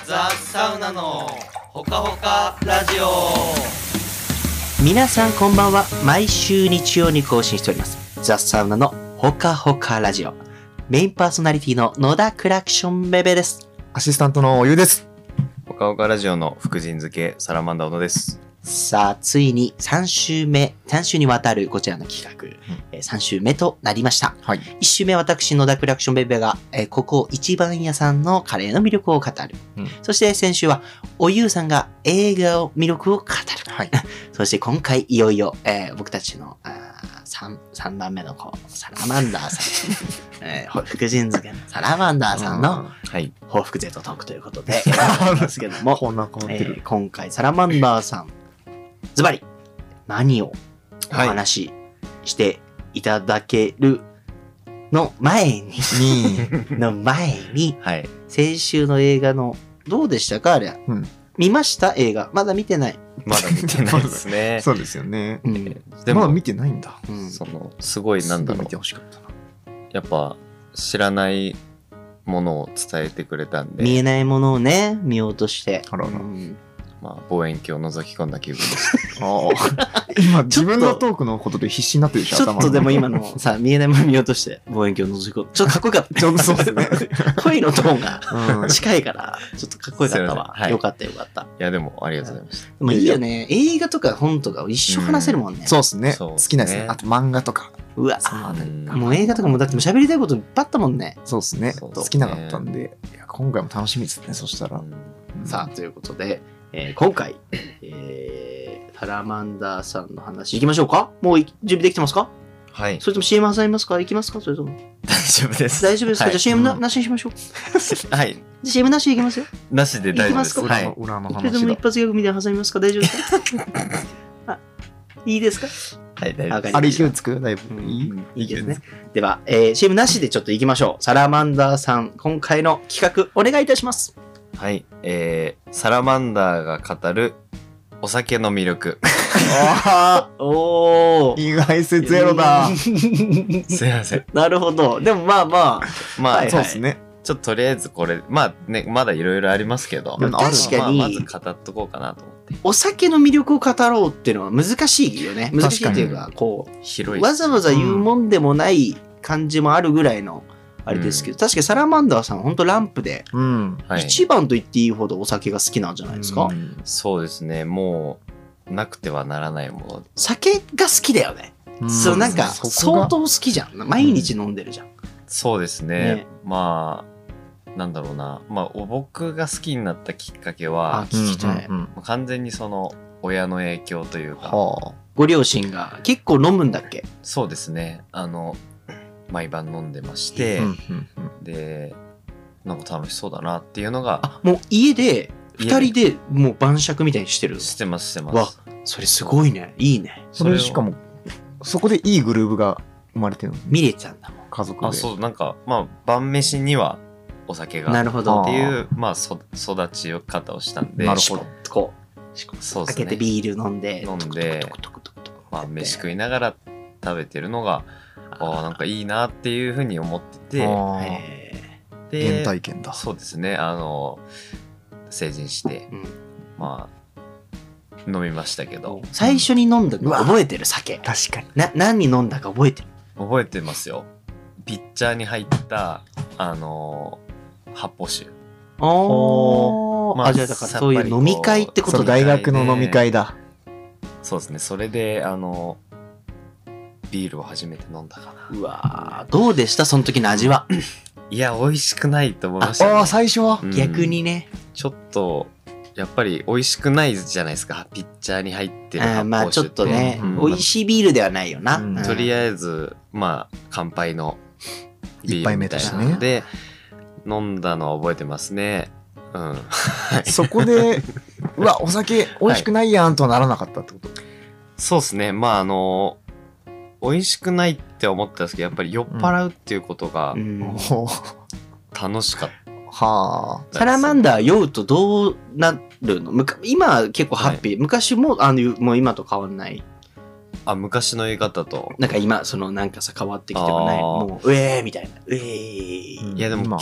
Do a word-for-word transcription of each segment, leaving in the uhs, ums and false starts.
ザ・サウナのほかほかラジオ。 皆さんこんばんは。毎週日曜に更新しておりますザ・サウナのほかほかラジオ。メインパーソナリティの野田クラクションベベです。 アシスタントのおゆです。 ほかほかラジオの福神漬けサラマンダー小野です。 さあついにさん週目、さん週にわたるこちらの企画、うん、さん週目となりました、はい、いち週目私野田クラクションベベが、えー、ここ一番屋さんのカレーの魅力を語る、うん、そして先週はおゆうさんが映画の魅力を語る、はい、そして今回いよいよ、えー、僕たちのあ 3, 3番目の子サラマンダーさん、えー、福神漬けのサラマンダーさんの報復ゼットトークということでやりますけども、 こんな変わってる、 えー、今回サラマンダーさんズバリ何をお話ししていただけるの前に、はい、の前に、はい、先週の映画のどうでしたかあれ、うん、見ました映画まだ見てない。 まだ見てないですね。 そうですよね、うん、 でもまだ見てないんだ、 うん、そのすごいなんだろう、 見てほしかったな。 やっぱ知らないものを伝えてくれたんで、 見えないものをね見ようとして、あらら、 うんまあ、望遠鏡を覗き込んだ気分でした今自分のトークのことで必死になってるでしょ。 ちょっとでも今のさ見えないもの見ようとして望遠鏡を覗き込んだちょっとかっこよかったちょっとそうですね声のトーンが近いからちょっとかっこよかったわ、はい、よかったよかった。いやでもありがとうございました。 でもいいよね、映画とか本とか一緒話せるもんね、 うん、そうですね。好きなですね。あと漫画とか、 うわあもう映画とかもだっても喋りたいこといっぱいあったもんね。 そうですね、好きなかったんで、いや今回も楽しみですね。そしたら、 うん、さあということでえー、今回、えー、サラマンダーさんの話いきましょうか。もう準備できてますか。 はい。 それとも シーエム 挟みますか。いきますか。それとも大丈夫です。 大丈夫ですか、はい、じゃあ シーエム な、うん、なしにしましょうはい。じゃあ シーエム なしでいきますよ。 なしで大丈夫です。 はい。裏の話だ。それとも一発ギャグみたいな挟みますか。大丈夫ですかあ、いいですか。 はい、大丈夫です。 あれ勢いつくだいぶ、うん、いい、 いいですね。では、えー、シーエム なしでちょっといきましょう。サラマンダーさん今回の企画お願いいたします。 はい、えー、サラマンダーが語るお酒の魅力。 ああ、おー、意外性ゼロだ。 すいません。 なるほど。でもまあまあ、 まあ、 はいはい、 そうですね。ちょっととりあえずこれ、まあね、まだいろいろありますけど、 確かに、 まあ、まず語っとこうかなと思って。 お酒の魅力を語ろうっていうのは難しいよね。難しいっていうか、こう、 広い。 わざわざ言うもんでもない感じもあるぐらいの、あれですけど、うん、確かにサラマンダーさんは本当ランプで、うん、一番と言っていいほどお酒が好きなんじゃないですか、うん、 そうですね。もうなくてはならないもの。 酒が好きだよね、うん、そうなんか相当好きじゃん。毎日飲んでるじゃん、うん、 そうですね、ね。まあなんだろうな、まあ僕が好きになったきっかけは、 あ聞きたい、 うんうん、完全にその親の影響というか、 はあ、ご両親が結構飲むんだっけ。 そうですね。あの毎晩飲んでまして、うんうんうん、でなんか楽しそうだなっていうのが。 あ、もう家でふたりでもう晩酌みたいにしてる。 してますしてます。 わ、それすごいね。いいね。 それしかもそこでいいグルーヴが生まれてるの、 見れちゃうんだもん家族で。 あ、そう、なんかまあ晩飯にはお酒が、 なるほどっていうまあそ育ち方をしたんで。 なるほど。こうそうですね。 開けてビール飲んで飲んでまあ飯食いながら食べてるのが、ああなんかいいなっていうふうに思ってて、 で原体験だ。 そうですね。あの成人して、うん、まあ飲みましたけど、 最初に飲んだの覚えてる。酒確かにな何飲んだか覚えてる。 覚えてますよ。ピッチャーに入ったあの発泡酒。 おー、まあ、あ、じゃあだからそういう飲み会ってことだ。 大学の飲み会だ。 そうですね。それであのビールを初めて飲んだかな。 うわー、どうでしたその時の味は。 いや美味しくないと思いましたね。 ああ最初は、 うん、逆にねちょっとやっぱり美味しくないじゃないですか、ピッチャーに入ってる発泡酒って。あ、 まあちょっとね、うん、美味しいビールではないよな、 うん、とりあえずまあ乾杯のビールみたいなので飲んだのは覚えてますね。うん、 そこでうわお酒美味しくないやんとはならなかったってこと。はい、 そうですね。まああの美味しくないって思ったんですけど、やっぱり酔っ払うっていうことが楽しかった、うん、 はあ。サラマンダー酔うとどうなるの？今は結構ハッピー、はい、昔もあのもう今と変わんない。 あ、昔の言い方となんか今そのなんかさ変わってきてもない、もうウェーみたいな、ウェー。 いやでも結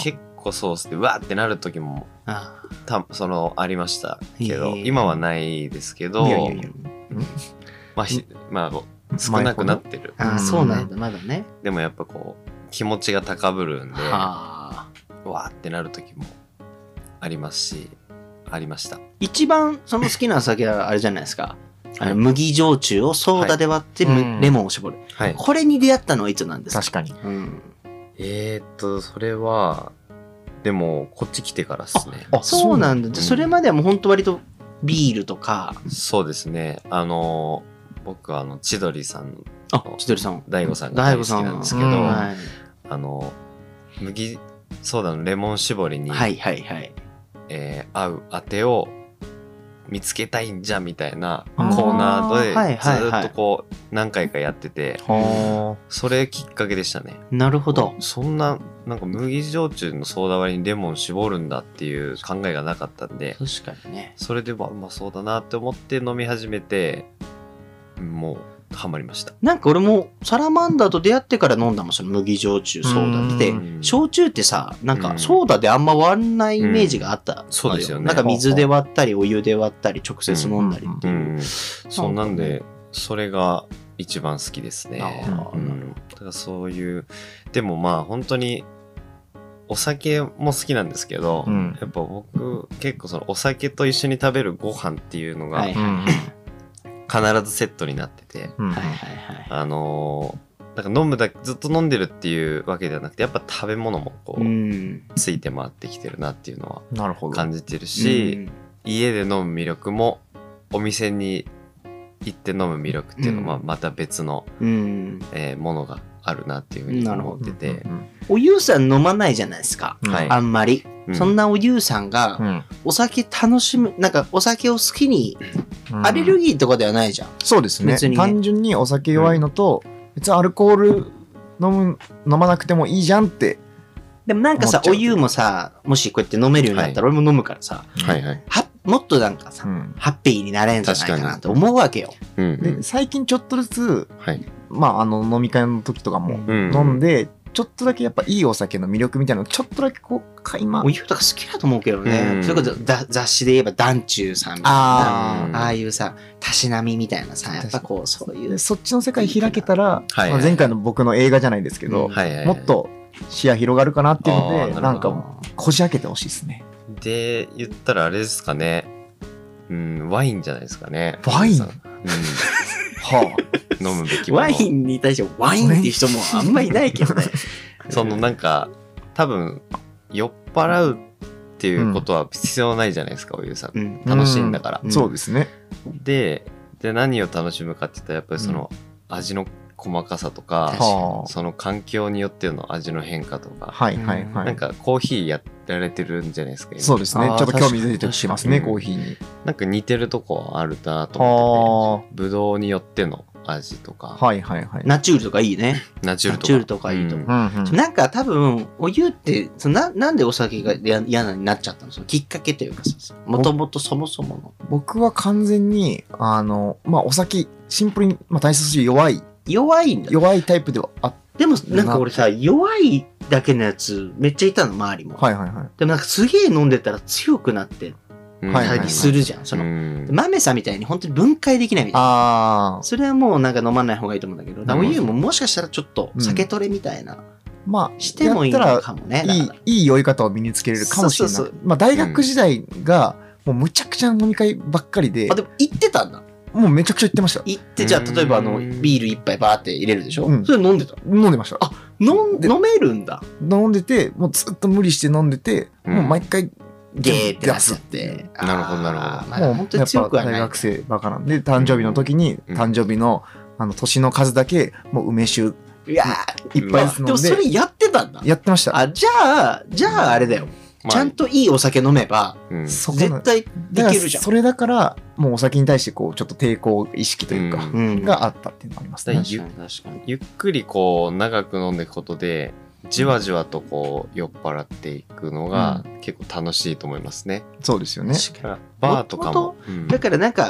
こソースでうわーってなる時もあたそのありましたけど、 へー今はないですけどいやいやいやまあひまあ少なくなってる。 あーそうなんだまだね。 でもやっぱこう気持ちが高ぶるんではあ。 わーってなる時もありますしありました。 一番その好きな酒はあれじゃないですか。あはいの麦焼酎をソーダで割ってむはいうんレモンを絞る。 はい。 これに出会ったのはいつなんですか。 確かに。 うん。 えー、っとそれはでもこっち来てからですね。 あそうなんだ。 うんじゃあそれまではもう本当割とビールとか。 そうですね。あの僕はあの千鳥さんあ、千鳥さん。 大悟さんが大好き大悟さんなんですけど、 うんはいあの麦ソーダのレモン絞りに、 はいはいはい。 えー合うあてを見つけたいんじゃみたいなコあーーナーではいはいはいずっとこう何回かやってて、 はそれきっかけでしたね。 なるほど。 そんななんか麦焼酎のソーダ割りにレモン絞るんだっていう考えがなかったんで、 確かにね。 それではうまそうだなって思って飲み始めて、もうハマりました。 なんか俺もサラマンダーと出会ってから飲んだもん、その麦焼酎ソーダで。 うん焼酎ってさ、なんうんかソーダであんま割んないイメージがあったのよ、 そうですよねなんか水で割ったり、お湯で割ったり、直接飲んだりっていう。 うん、そんなんでそれが一番好きですね。 あーうん、だからそういうでもまあ本当にお酒も好きなんですけど、 うんやっぱ僕結構そのお酒と一緒に食べるご飯っていうのがはい必はいはい。 ずセットになってて、 うんはいはいはい。 あのーなんか飲むだけずっと飲んでるっていうわけではなくてやっぱ食べ物もこう。 うんついて回ってきてるなっていうのはなるほど。 感じてるし、家で飲む魅力もお店に行って飲む魅力っていうのはうんまた別の、 うん。うん。 えーものがあるなっていうふうに思ってて、 うんおゆうさん飲まないじゃないですか。 うんはいあんまり。 うんそんなおゆうさんうが、 んお酒楽しむ、なんかお酒を好きに、 うんアレルギーとかではないじゃん。 そうですね別にね単純にお酒弱いのと、別にアルコール飲む飲まなくてもいいじゃんって。 でもなんかさ、 思っちゃうお湯もさ、もしこうやって飲めるようになったら俺も飲むからさ、 はいはい、 はもっとなんかさ、 うんハッピーになれんじゃないかなって思うわけよ。 うんうんで最近ちょっとずつ、 はいまあ、あの飲み会の時とかもうん飲んで、ちょっとだけやっぱいいお酒の魅力みたいなのをちょっとだけこう垣間お湯とか好きだと思うけどね。 うんそれこそだ雑誌で言えば団中さんみたいな。 あーああいうさ、たしなみみたいなさ、やっぱこう、そういうで。そっちの世界開けたら、 はいまあ、前回の僕の映画じゃないですけど、 うんはいはいはいもっと視野広がるかなっていうのであーなるほどなんかこじ開けてほしいですね。 で言ったらあれですかね、うん、ワインじゃないですかね。 ワインうん、 は飲むべきものワインに対してワインっていう人もあんまいないけどね。 そのなんか多分酔っ払うっていうことは必要ないじゃないですか、おゆうさん。 うん。 あ、 楽しいんだから。 うんそうですね。 でで何を楽しむかって言ったらやっぱりその味の細かさとか、 確かにはその環境によっての味の変化とか、 あ、はいはいはい。 なんかコーヒーやられてるんじゃないですか今そうですね。 あーちょっと興味出てきますね、 確かにコーヒーに。 なんか似てるとこはあるなと思ってて、 はブドウによっての味とか、 あ、はいはいはい。 ナチュールとかいいね。 ナチュールとかナチュールとかいいと思ううんうんなんか多分、お湯って、そのななんでお酒がや嫌になっちゃったのそのきっかけというかさ、もともとそもそもの。 僕は完全に、あの、まあ、お酒、シンプルに、まあ、体質として弱い、 弱いんだ。 弱いタイプではあっでもなんか俺さ、弱いだけのやつめっちゃいたの、周りも。 はいはいはい。 でもなんかすげえ飲んでたら強くなってうんはいはいたりするじゃん。その、 うん豆さんみたいに本当に分解できないみたいな。 ああ、 それはもうなんか飲まない方がいいと思うんだけど、だからお湯ももしかしたらちょっとうん酒トレみたいな、 まあ、 してもいいやったのかもね。だらいいから、 いい酔い方を身につけれるかもしれない。 そうそうそうまあ、大学時代が、もうむちゃくちゃ飲み会ばっかりであ、、でも行ってたんだ。 もうめちゃくちゃ行ってました。 行って、じゃあ例えばあの、 うんビール一杯バーって入れるでしょ、 うんそれ飲んでた飲んでました。 あ飲んで飲めるんだ。 飲んでて、もうずっと無理して飲んでて、 うんもう毎回、 ゲーってなっちゃって。 なるほどなるほどあーまあ、 もう本当に強くはない。 やっぱ大学生バカなんで、誕生日の時に、 うん誕生日の、あの、年の数だけ、もう梅酒いやいっぱいですでも飲んで、 それやってたんだ。 やってました。 あ、じゃあ、じゃああれだよ。 まあちゃんといいお酒飲めば、 うんそこな絶対できるじゃん。 それだから、もうお酒に対して、こう、ちょっと抵抗意識というか、 うんうんがあったっていうのがありますね。 確かに確かに。 ゆっくりこう長く飲んでいくことでじわじわとこう酔っ払っていくのが結構楽しいと思いますね。 そうですよね。 確かにバーとかも、うんだからなんか、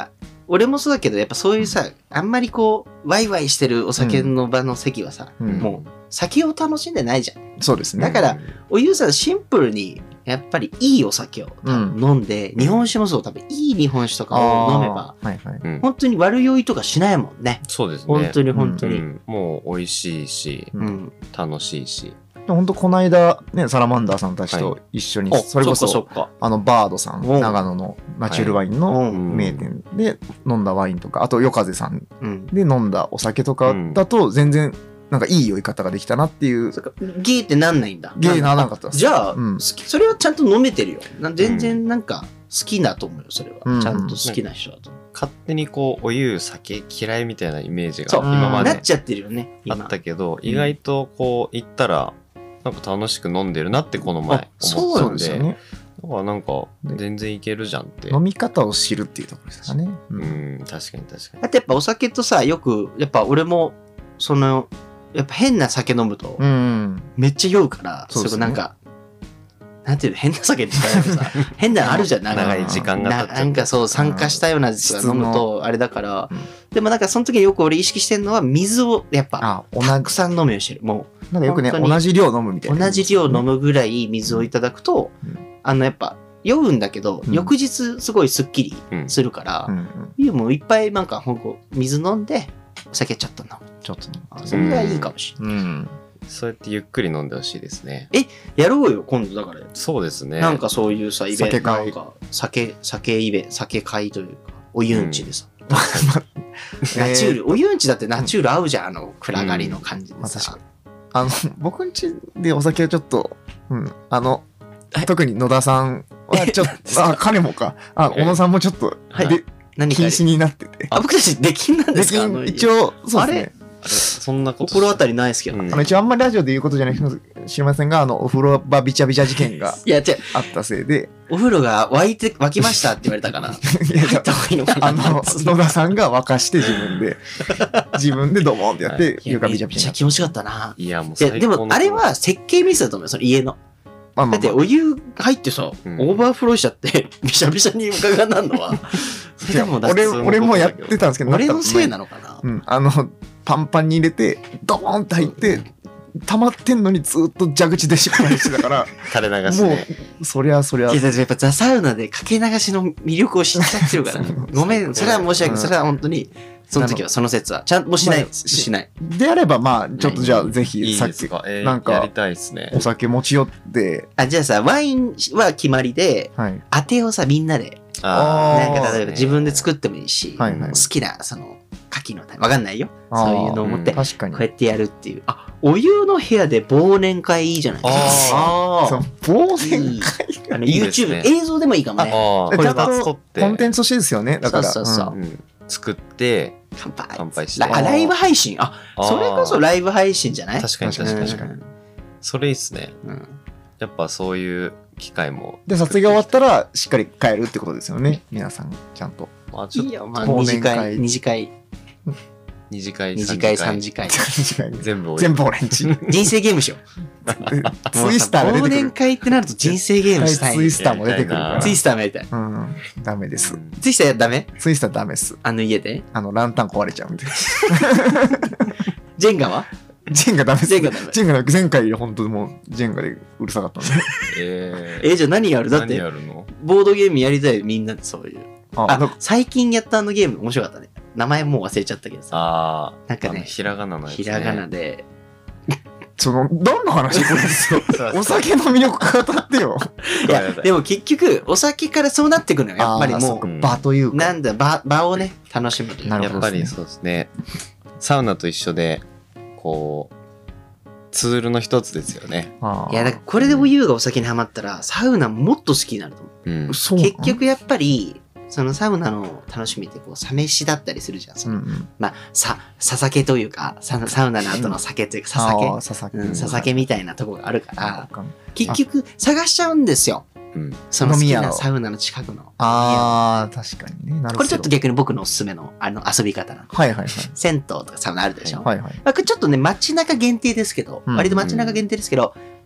俺もそうだけど、やっぱそういうさ、あんまりこう、ワイワイしてるお酒の場の席はさ、 うんもう、酒を楽しんでないじゃん。 そうですね。 だから、おゆうさん、シンプルに、やっぱりいいお酒を多分飲んで、日本酒もそう、多分いい日本酒とかを飲めば、 あーはいはい。 うん本当に悪酔いとかしないもんね。 そうですね。 本当に本当に。 うんもう美味しいし、 うん。 楽しいし。 本当この間、ね、サラマンダーさんたちと一緒に、 あ、 それこそ、 そっかそっか。 あの、バードさん、 うん長野のナチュールワインうのん。 名店で飲んだワインとか、あと、夜風さんうん。 で飲んだお酒とかだと、全然、なんかいい酔い方ができたなっていう、 そっかゲーってなんないんだ。 ゲーならなかったです。 じゃあ、 うん好きそれはちゃんと飲めてるよ。な全然なんか好きだと思うよ、それは。 うんちゃんと好きな人だと思う。 勝手にこう、お湯、酒嫌いみたいなイメージがそう今までなっちゃってるよね、 あ今。 ったけど、意外とこう、行ったら、なんか楽しく飲んでるなってこの前あ思ったんで、 そうですよね。 だからなんか、全然いけるじゃんって。 飲み方を知るっていうところですかね。ううんん、確かに確かに。 あとやっぱお酒とさ、よく、やっぱ俺も、その、やっぱ変な酒飲むと、 うん。 めっちゃ酔うから、 そうですねそこなんか、なんていうの、変な酒って言ったらいいけどさ、変なのあるじゃん、なんか長い時間が経っちゃってななんかそう、酸化したようなやつが飲むと、あれだからうん、 でもなんかその時によく俺意識してるのは、水をやっぱ、 あ、同たくさん飲むようにしてる。もなんかよくね、 本当に同じ量飲むみたいな。 う同じ量飲むぐらい水をいただくと、 うんあのやっぱ、酔うんだけど、 うん翌日すごいスッキリうんするからう、んうん。 いやもういっぱいなんか、ほんと水飲んで、お酒ちょっと飲む。 ちょっとね。 それがいいかもしれない。 うん。 そうやってゆっくり飲んでほしいですね。 やろうよ、今度だから。 そうですね。 なんかそういうさ、イベント、 酒会なんか、酒、酒イベント、酒会というか、お湯んちでさ。ナチュール、お湯んちだってナチュール合うじゃん、あの、暗がりの感じでまあ確さ。 あの、僕んちでお酒をちょっと、うん、あの、特に野田さんはちょっと、あ、彼もか。あ、小野さんもちょっと、 はいで何か禁止になってて。 あ、僕たち出禁なんでですかあの一応、そうあれですね。 あれそんなこと心当たりないですけど。 うんあの一応あんまりラジオで言うことじゃないかもしれませんが、あの、お風呂場びちゃびちゃ事件がいや、違う、 あったせいで、 お風呂が沸いて、沸きましたって言われたから、 いや入った方がいいのかな。 あの、野田さんが沸かして自分で、自分でドボンってやって、 いや床めっちゃびちゃびちゃになった。 気持ちよかったな。 いや、もういや、で最高のも、あれは設計ミスだと思うよ、その家の。 まあまあまあだってお湯入ってさ、 うんオーバーフローしちゃって、びしゃびしゃに床がなんのは、それでもだって俺、俺もやってたんですけど、 俺のせいなののかな。 うん、あの、パンパンに入れて、ドボンって入って、溜まってんのにずっと蛇口で失敗してたから、 垂れ流しもね。 う、そりゃそりゃいや、だってやっぱザ・サウナでかけ流しの魅力を知っちゃってるから、ごめん、それは申し訳ない。それは本当に、その時はその説は。ちゃんともうしないまあです。しない。 であれば、まあ、ちょっとじゃあ、ぜいひ、さっき、 いですか。えーなんかやりたいですねお。酒持ち寄って、 あ、じゃあさ、ワインは決まりで、 はい。 当てをさ、みんなで、 あーなんか例えば自分で作っってもいいし、 はいはい好きな、その、牡蠣のタイわかんないよ。そういうのを持って、 うんこ確かにう。やってやるっていう。あ、お湯の部屋で忘年会いいじゃないですか。あそうあ、 忘年いいあのいいです YouTube、 ね映像でもいいかもね。 ああ、 ちゃんこれ撮とって。 コンテンツとしてですよね。だから。 そうそうそううん作って、 乾杯。 乾杯してラライブ配信。あ、 あーそれこそライブ配信じゃない確かに確かに確かに。それいいっすね。 うんうんやっぱそういう機会も。 で、撮影が終わったら、しっかり帰るってことですよね。皆さん、ちゃんと。 まあちょっといいよ、まあ、 忘二次年会会、二次会、 二次会、 二次会、三次会。 全部全部俺んち。 人生ゲームしよう。 ツイスターが出て忘年くる。 会ってなると人生ゲームしたい。 ツイスターも出てくるから。 ツイスターもやりたい。 うん。ダメです。 ツイスターダメツイスターダメっす。 あの家であの、ランタン壊れちゃうんで。 ジェンガはジェンガダメっす。 ジェンガダメジェンガ前回本当もう、ジェンガでうるさかったんで。 えーえ、じゃあ何やるだっ何て、 やるのボードゲームやりたいみんなでそういう。 あ、 あなんか、 最近やったあのゲーム面白かったね。名前もう忘れちゃったけどさ。 ああ、 なんかねあのひらがなのやつねひらがなで。 その、何の話これですよ。お酒の魅力語ってよ。 いや、でも結局、お酒からそうなってくのよ。やっぱりも、 あーそっか場というう、 か。 なんだ、場、場をね、楽しむというか。 なるほどやっぱりそうですね。サウナと一緒で、こう、ツールの一つですよね。 あーいや、だからこれでお湯がお酒にハマったら、サウナもっと好きになると思う。 うん。 そうなの結局やっぱり、そのサウナの楽しみってこう、サ飯だったりするじゃん。そのうんうん。 まあ、さ、さ酒というか、ササウナの後の酒というか、さ酒あーさ酒。 うん、さ酒みたいなとこがあるから、 わかん結局探しちゃうんですよ。 うん。 その好き飲み屋をなサウナの近くの。 あー、確かにね。なるほど。 これちょっと逆に僕のおすすめのあの遊び方なの。 はいはいはい。 銭湯とかサウナあるでしょ。 はいはい。 まあ、これちょっとね、街中限定ですけど、 うん割と街中限定ですけど、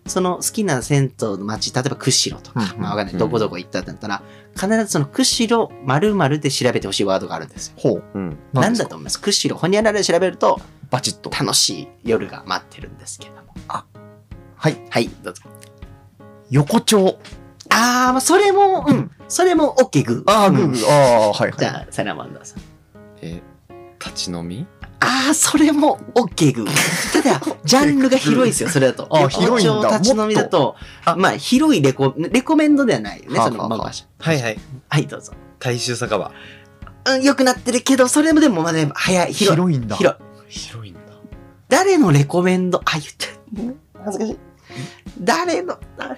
その好きな銭湯の街、例えば釧路とか、 うんまあわかんない、どこどこ行ったってなったら、必ずその釧路〇〇で調べてほしいワードがあるんですよ。 ほう。 うん。 なんですかだと思います？釧路、ほにゃららで調べると、 バチッと。 楽しい夜が待ってるんですけども。 はい。 はい、どうぞ。 横丁。 あー、まあそれも、うん、それも OK グー。 ああ、グうんーグー。ああ、はいはい。 じゃあ、サラマンダーさん。 え、立ち飲み？ ああ、それも OK グー。ただ、ジャンルが広いですよ、それだと。 あ広いんだ横丁立ち飲みだと、まあ、広いレコ、レコメンドではないよね、 はあその、 はあはあまあ、 はいはい。 はい、どうぞ。 大衆酒場。 うん、良くなってるけど、それもでもまだ早い、広い。 広いんだ。 広い。 広いんだ。 誰のレコメンド、あ、言っちゃう。恥ずかしい。誰の、誰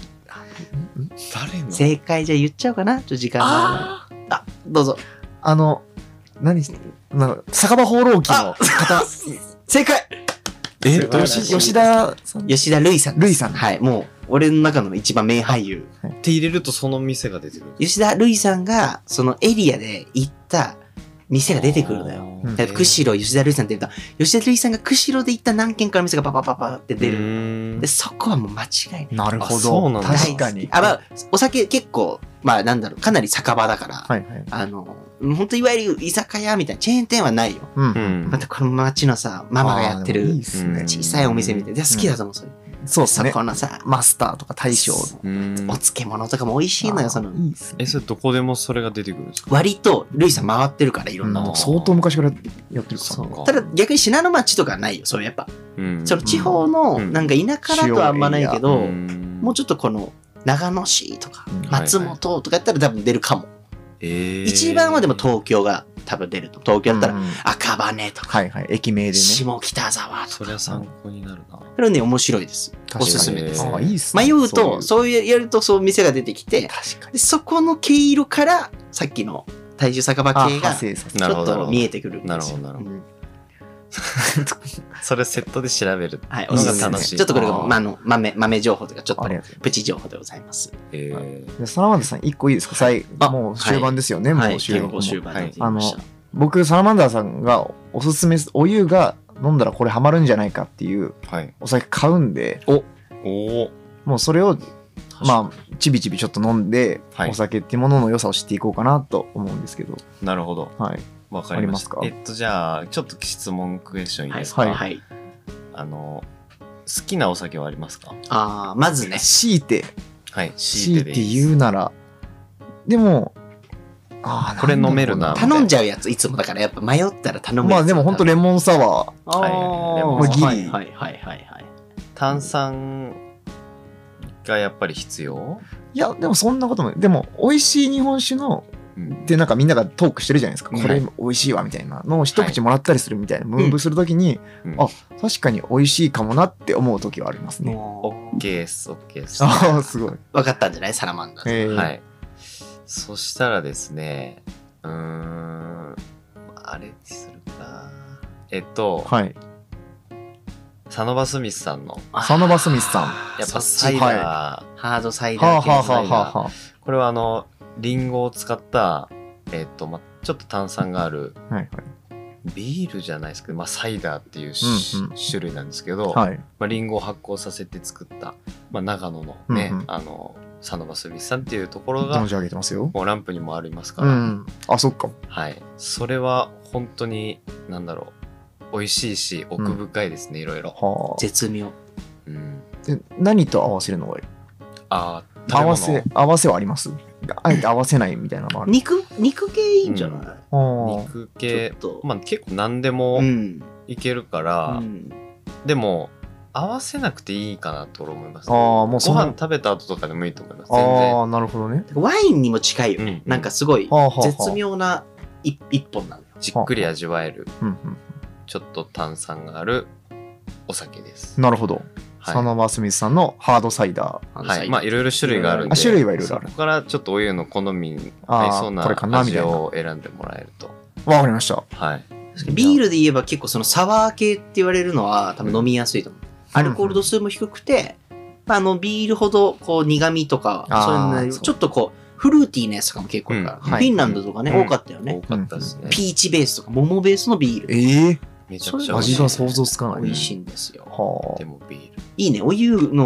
誰の？ 正解じゃあ言っちゃおうかな、ちょっと時間があるな。あ、どうぞ。 あの、何し、なんか酒場放浪記の方。 正解え、 よし吉田さん。 吉田類さんです。 類さんはい、もう、俺の中の一番名俳優。 って入れるとその店が出てくる。 吉田類さんが、そのエリアで行った店が出てくるのよ。 うんだから釧路、吉田類さんって言うと、吉田類さんが釧路で行った何軒かの店がパパパパって出る。 るで、そこはもう間違いない。 なるほあそうど。 なんだ確かに。 あ、まあ、お酒結構、まあなんだろう、かなり酒場だから、 はいはい。 あの、本当いわゆる居酒屋みたいな、チェーン店はないよ。 う。 うんんま。たこの街のさ、ママがやってあーでもいいるっすね。 小さいお店みたいな。で好きだと思う、それ。そそうですね。 このさ、 マスターとか大将。 うんお漬物とかも美味しいのよ、その。 いいっすね。 え、それどこでもそれが出てくるんですか？ 割と、ルイさん回ってるから、いろんなとこ。 うん相当昔からやってるからね。 そうかただ逆に信濃町とかはないよ、そうやっぱ。 うんその地方の、 うんなんか田舎だとはあんまないけど、 うんもうちょっとこの、長野市とかうん、 松本とかやったら多分出るかも。 えー一番はでも東京が多分出ると。東京だったらうん赤羽とか、 はいはい。駅名でね。 下北沢とか。 そりゃ参考になるな。 これはね、面白いです。 確かにおすすめです。 えーああ、いいっすね。 迷うと、 うそういうやると、そう店が出てきて、 確かに。 でそこの毛色から、さっきの大衆酒場あ系が、 派生させちなるほどょっと見えてくるんですよ。 なるほどなるほどうんそれセットで調べるはい、 のがおすすめ楽しい。 ちょっとこれが、 あーまあ、あの、豆、豆情報というか、ちょっとありがとうございプチ情報でございます。 えーます。サラマンダーさん、一個いいですか最あ後、もう終盤ですよね。 はい、 もう終盤。 結構終盤になってきました。 僕、サラマンダーさんがおすすめす、お湯が飲んだらこれハマるんじゃないかっていうはい。 お酒買うんで、 おお。 もうそれを、まあ、ちびちびちょっと飲んで、 はいお酒っていうものの良さを知っていこうかなと思うんですけど、 なるほど。 はい。 わかりました。 ありますかえっと、じゃあ、ちょっと質問クエスチョンいいですか、 はいはい。 あの、好きなお酒はありますか？ ああ、まずね、 強いて、 はい。 強いて強いてでいい言うなら、でも、あーこれ飲めるななんだろう頼んじゃうやつ、いつもだからやっぱ迷ったら頼むやつ。 まあでも本当レモンサワー、 あはいーレモンサワーはいはいはいはいはい。 炭酸がやっぱり必要？ いや、でもそんなこともない。でも、美味しい日本酒の、 うんで、なんかみんながトークしてるじゃないですか。 うんこれ美味しいわ、みたいなのを一口もらったりするみたいな、ムーブするときに、 うんあ確かに美味しいかもなって思うときはありますね。 オッケーです、オッケーです。 ああ、すごい。 わかったんじゃないサラマンダーさん。 えーはい。そしたらですね、うーん、あれにするか。えっと、 はい。 サノバスミスさんの、 サノバスミスさん。 やっぱそっちサイダー、 ハードサイはあダー系のはあはあサイダー。 はこれはあの、リンゴを使った、えっと、ま、ちょっと炭酸がある、 あ。はいビールじゃないですけど、まあ、サイダーっていうし、 うんうん種類なんですけど、 はい。はい。 まあ、リンゴを発酵させて作った、まあ、長野のね、 うんうんあの、サノバスミスさんっていうところが存、じ上げてますよ。 もうランプにもありますから、 うん。あ、そっか。 はい。それは本当に、なんだろう、美味しいし、奥深いですね、いろいろ。 はあ。 絶妙。 うん。 で、何と合わせるのがいいああ、 合わせ、合わせはありますあえて合わせないみたいなのもある。 肉、肉系いいんじゃない、 あー肉ちょ系っ、と。 まあ結構何でもうん。 いけるから、 うんでも、合わせなくていいかなと思います、 あー、もうそごの飯食べた後とかでもいいと思います。全然。 ああ、なるほどね。 ワインにも近いよね。 うんなんかすごいはあはあはあ絶妙な一一本なのよ。 じっくり味わえる、 うんちょっと炭酸があるお酒ですうん。。なるほど。 はいサノバスミスさんのハードサイダー。 はい。まあ、いろいろ種類があるんで。 あ種類はいろいろあるそこからちょっとお湯の好みにあー合いそうなこれかなみ味たいなを選んでもらえると。 わかりました。 はい。 ビールで言えば結構そのサワー系って言われるのは多分飲みやすいと思う。アルコール度数も低くて、まあ、あのビールほどこう苦味とか、 あーそういうのよりそうちょっとこう、フルーティーなやつとかも結構あるから、 うんフィンランドとかね、 うん多かったよね多。かったですね。 ピーチベースとか桃ベースのビール。 ええめちゃくちゃ美味しい。 味が想像つかない。 美味しいんですよ。 はでもビール。 いいね。お湯の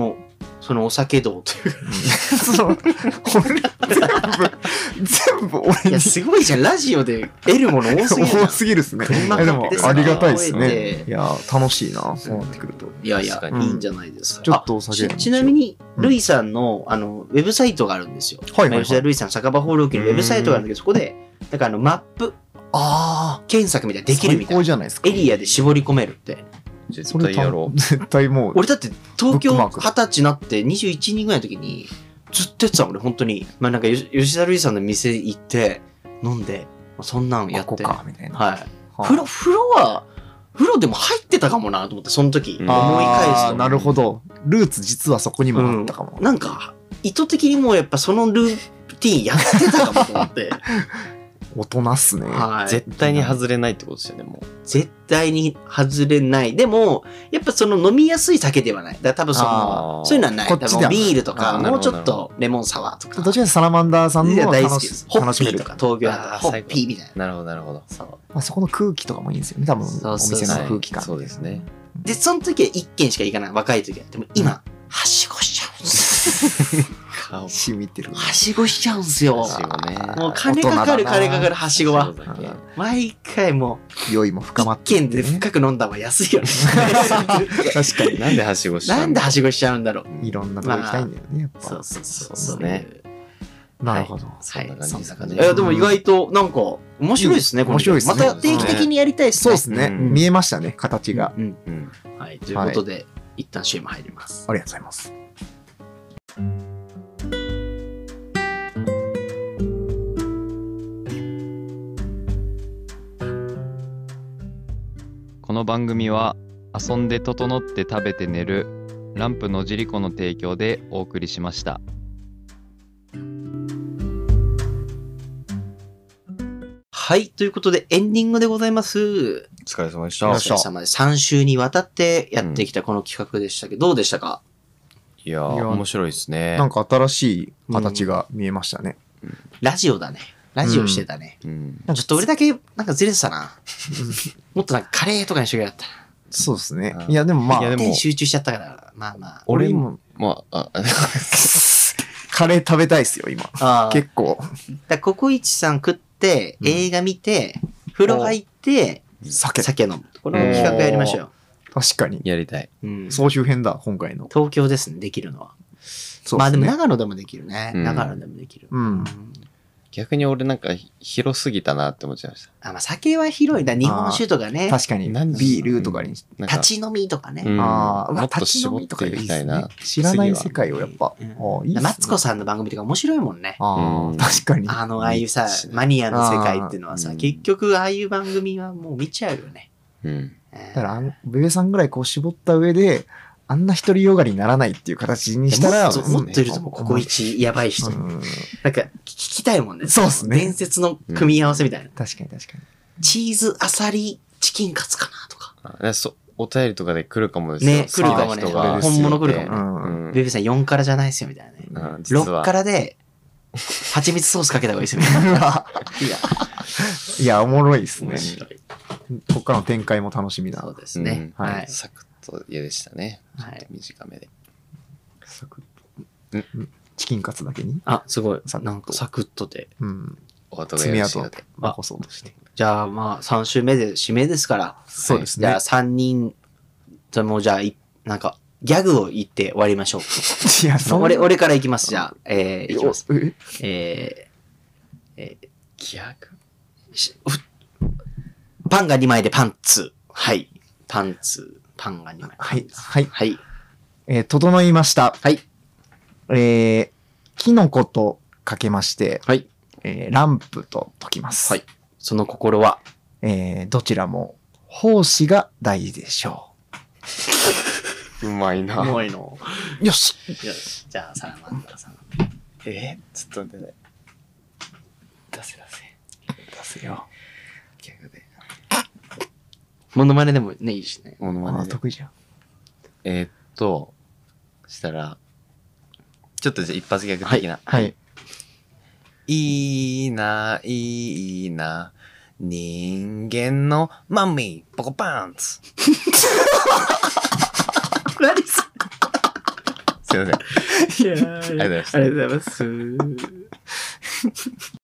そのお酒道というか。 その俺全部全部俺にいや、すごいじゃん。ラジオで得るもの多すぎるじゃん。 多すぎるっすね。 車えでも買ってさありがたいです覚えて。 ねいや楽しいなそうなってくると。 いやいや、 確かにいいんじゃないですか。 ちょっとお酒あちちなみに、 うんルイさんの、あの、ウェブサイトがあるんですよ。 はいはいはい吉田ルイさん酒場放浪記のウェブサイトがあるんだけど、そこで、だからあの、マップああ検索みたいなできるみたいな。 最高じゃないですか。 エリアで絞り込めるって。 絶それ対やろう。 絶対もう俺だって東京ブックマーク二十歳になってにじゅういちにんぐらいの時にずっとやってたもんね、本当に。まあなんかよ吉田類さんの店行って飲んで、そんなんやここって。 かみたいな。 はい。 はあ風呂、風呂は、風呂でも入ってたかもなと思って、その時。 うん思い返すと。 あーなるほど。ルーツ実はそこにもあったかも。 なんか、意図的にもうやっぱそのルーティンやってたかもと思って。 大人っすね。 はい。 絶対に外れないってことですよね、もう。 絶対に外れない。でも、やっぱその飲みやすい酒ではない。だから多分そあの、 ーそういうのはない。 こっちでは多分ビールとか、 あーなるほどもうちょっとレモンサワーとか。 どっちかというとサラマンダーさんいやの大好きです。 楽しホッ楽しめるピーとか、東京だったらあーホッピーみたいな。 なるほど、なるほど。 そう。 まあ、そこの空気とかもいいんですよね。多分、 そうおそうそう店の空気感。 そうですね。 で、その時は一軒しか行かない。若い時は。でも今、はしごしちゃうんですよ。 顔。 染みてる。 はしごしちゃうんすよ。 はしごねもう金かかる金かかるはしごは。 そうだけ毎回も酔いもう、 深まっ一てってね、 軒で深く飲んだ方が安いよね。 確かに。 なんではしごしちゃなうんんだではしごしちゃうんだろう。 いろんなとこ行きたいんだよね、やっぱ。 そうそうそうそうですねなるほど。 はいそんな。感じですかねいやでも意外となんか面白いですね、 うんこの面白いですねまた定期的にやりたいですね。 そうですね。 うん見えましたね、形が。 うん。 うん。 はい。ということで、一旦 シーエム 入ります。 ありがとうございます。 この番組は遊んで整って食べて寝るランプのじりこの提供でお送りしました。 はい。ということで、エンディングでございます。 お疲れ様でした。 およっしゃ疲れ様でさん週にわたってやってきたこの企画でしたけど、どうでしたか？ いやー、 いや面白いですね。 なんか新しい形が見えましたね。 ラジオだね。ラジオしてたね。 うん。 ちょっと俺だけなんかずれてたな。もっとなんかカレーとかにしとけばよかった。 そうですねあ。 いや、でもまあいやで、もで集中しちゃったから、まあまあ。 俺俺も、 もまあ、あ、 カレー食べたいっすよ、今。 ああ。 結構。 だココイチさん食って、 うん映画見て、風呂入って、 酒。 酒飲む。この企画やりましょうよ。 確かに。 やりたい。 うん。 総集編だ、今回の。 東京ですね、できるのは。 そうまあでもね。 長野でもできるね。 うん長野でもできる。 うん逆に俺なんか広すぎたなって思っちゃいました。 あ、まあ酒は広いな。日本酒とかね。 確かに。 なんビールとかに。 なんか立ち飲みとかね。 うんああ、うわもっと立ち飲絞っみとかいいていきたいなですね。。知らない世界をやっぱ。 うんああいいっすねマツコさんの番組とか面白いもんね。 あうんあ、確かに。 あの、ああいうさいいっす、ねマニアの世界っていうのはさ、 あー結局ああいう番組はもう見ちゃうよね。 うん。 だだから、あの、ベベさんぐらいこう絞った上で、あんな独りよがりにならないっていう形にしたら、 もっともっといると思う。ここ一やばい人。 うんなんか、聞きたいもんね。 そうっすね伝説の組み合わせみたいな。 確かに確かに。 チーズ、アサリ、チキンカツかなとか。 あそお便りとかで来るかもですよ。 ね来るかもね好きな人が本物来るかもねうんうんベビーさんよんからじゃないですよ、みたいなね。 うん実ろっはからで、蜂蜜ソースかけた方がいいですよ、みたいな。いや、 いや、おもろいですね面。白い。 こっからの展開も楽しみそな。 うですね。 うんはい。 サクッと嫌でしたね。 はいちょっと短めで。 サクッとチキンカツだけに。 あ、すごい。 サクッとなんかサクッとで。 うん。 お後が爪よろしいようで。 痕残そうとして。 じゃあまあさん週目で締めですから。 そうですねじゃあさんにん、じゃあもうじゃあい、なんか、ギャグを言って終わりましょう。 いや、そんな俺、俺からいきます、じゃあ。えー、いきます。 おええー、えー、 ギャグしふパンがにまいでパンツ。はい。パンツ。パンがにまい。 はい、はい。 はい。 えー整いました。 はい。 えー、キノコとかけまして、 はい。 えーランプと解きます。 はい。その心は、 えーどちらも、奉仕が大事でしょうまいな。 重いの。 う。よしよし。じゃあ、サラマンダーさん。 えーちょっと待ってね。出せ出せ。 出すよ。 ギャグで。 モノマネでもね、いいしね。 あー、 モノマネで。 得意じゃん。 えーっと、したら、ちょっとじゃあ一発ギャグ的な。 はい。 いいな、いいな、人間のマミー、ポコパンツ。 何それすいません。 いやーありがとうございますありがとうございます。